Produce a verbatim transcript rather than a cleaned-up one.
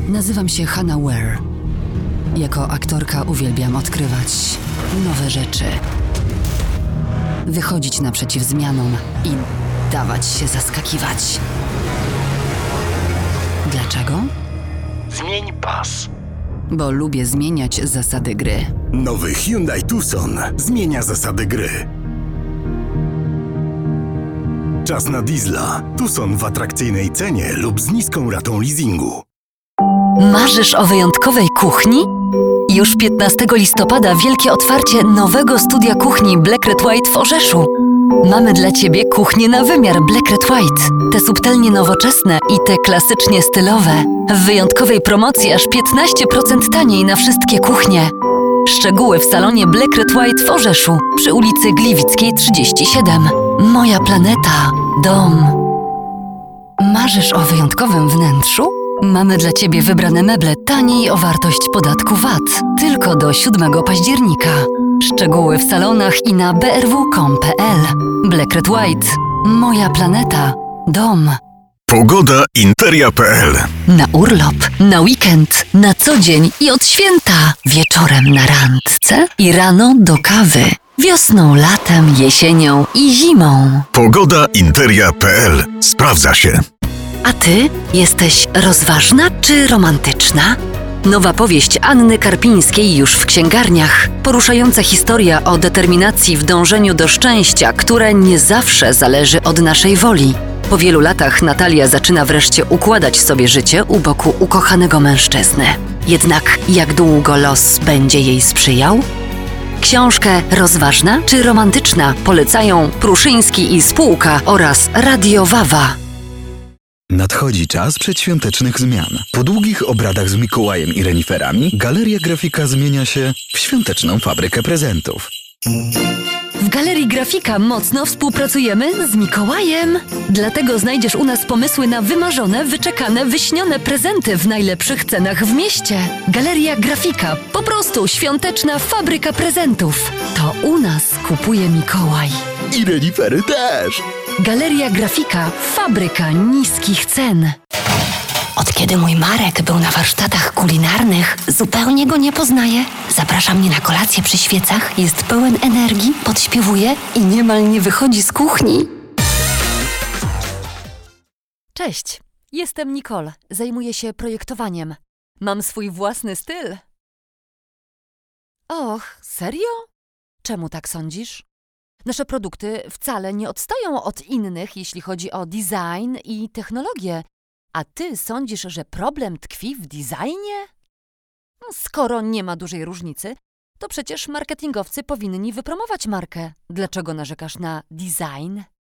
Nazywam się Hannah Ware. Jako aktorka uwielbiam odkrywać nowe rzeczy, wychodzić naprzeciw zmianom i dawać się zaskakiwać. Dlaczego? Zmień pas. Bo lubię zmieniać zasady gry. Nowy Hyundai Tucson zmienia zasady gry. Czas na diesla. Tucson w atrakcyjnej cenie lub z niską ratą leasingu. Marzysz o wyjątkowej kuchni? Już piętnastego listopada wielkie otwarcie nowego studia kuchni Black Red White w Orzeszu. Mamy dla Ciebie kuchnię na wymiar Black Red White. Te subtelnie nowoczesne i te klasycznie stylowe. W wyjątkowej promocji aż piętnaście procent taniej na wszystkie kuchnie. Szczegóły w salonie Black Red White w Orzeszu przy ulicy Gliwickiej trzydzieści siedem. Moja planeta. Dom. Marzysz o wyjątkowym wnętrzu? Mamy dla Ciebie wybrane meble taniej o wartość podatku V A T. Tylko do siódmego października. Szczegóły w salonach i na b r w kropka com kropka p l. Black Red White. Moja planeta. Dom. Pogoda interia kropka p l. Na urlop, na weekend, na co dzień i od święta. Wieczorem na randce i rano do kawy. Wiosną, latem, jesienią i zimą. Pogoda interia kropka p l. Sprawdza się. A Ty jesteś rozważna czy romantyczna? Nowa powieść Anny Karpińskiej już w księgarniach. Poruszająca historia o determinacji w dążeniu do szczęścia, które nie zawsze zależy od naszej woli. Po wielu latach Natalia zaczyna wreszcie układać sobie życie u boku ukochanego mężczyzny. Jednak jak długo los będzie jej sprzyjał? Książkę Rozważna czy romantyczna polecają Pruszyński i spółka oraz Radio Wawa. Nadchodzi czas przedświątecznych zmian. Po długich obradach z Mikołajem i reniferami Galeria Grafika zmienia się w świąteczną fabrykę prezentów. W Galerii Grafika mocno współpracujemy z Mikołajem. Dlatego znajdziesz u nas pomysły na wymarzone, wyczekane, wyśnione prezenty w najlepszych cenach w mieście. Galeria Grafika. Po prostu świąteczna fabryka prezentów. To u nas kupuje Mikołaj. I renifery też! Galeria Grafika. Fabryka niskich cen. Od kiedy mój Marek był na warsztatach kulinarnych, zupełnie go nie poznaję. Zaprasza mnie na kolację przy świecach, jest pełen energii, podśpiewuje i niemal nie wychodzi z kuchni. Cześć, jestem Nicole. Zajmuję się projektowaniem. Mam swój własny styl. Och, serio? Czemu tak sądzisz? Nasze produkty wcale nie odstają od innych, jeśli chodzi o design i technologię. A ty sądzisz, że problem tkwi w designie? Skoro nie ma dużej różnicy, to przecież marketingowcy powinni wypromować markę. Dlaczego narzekasz na design?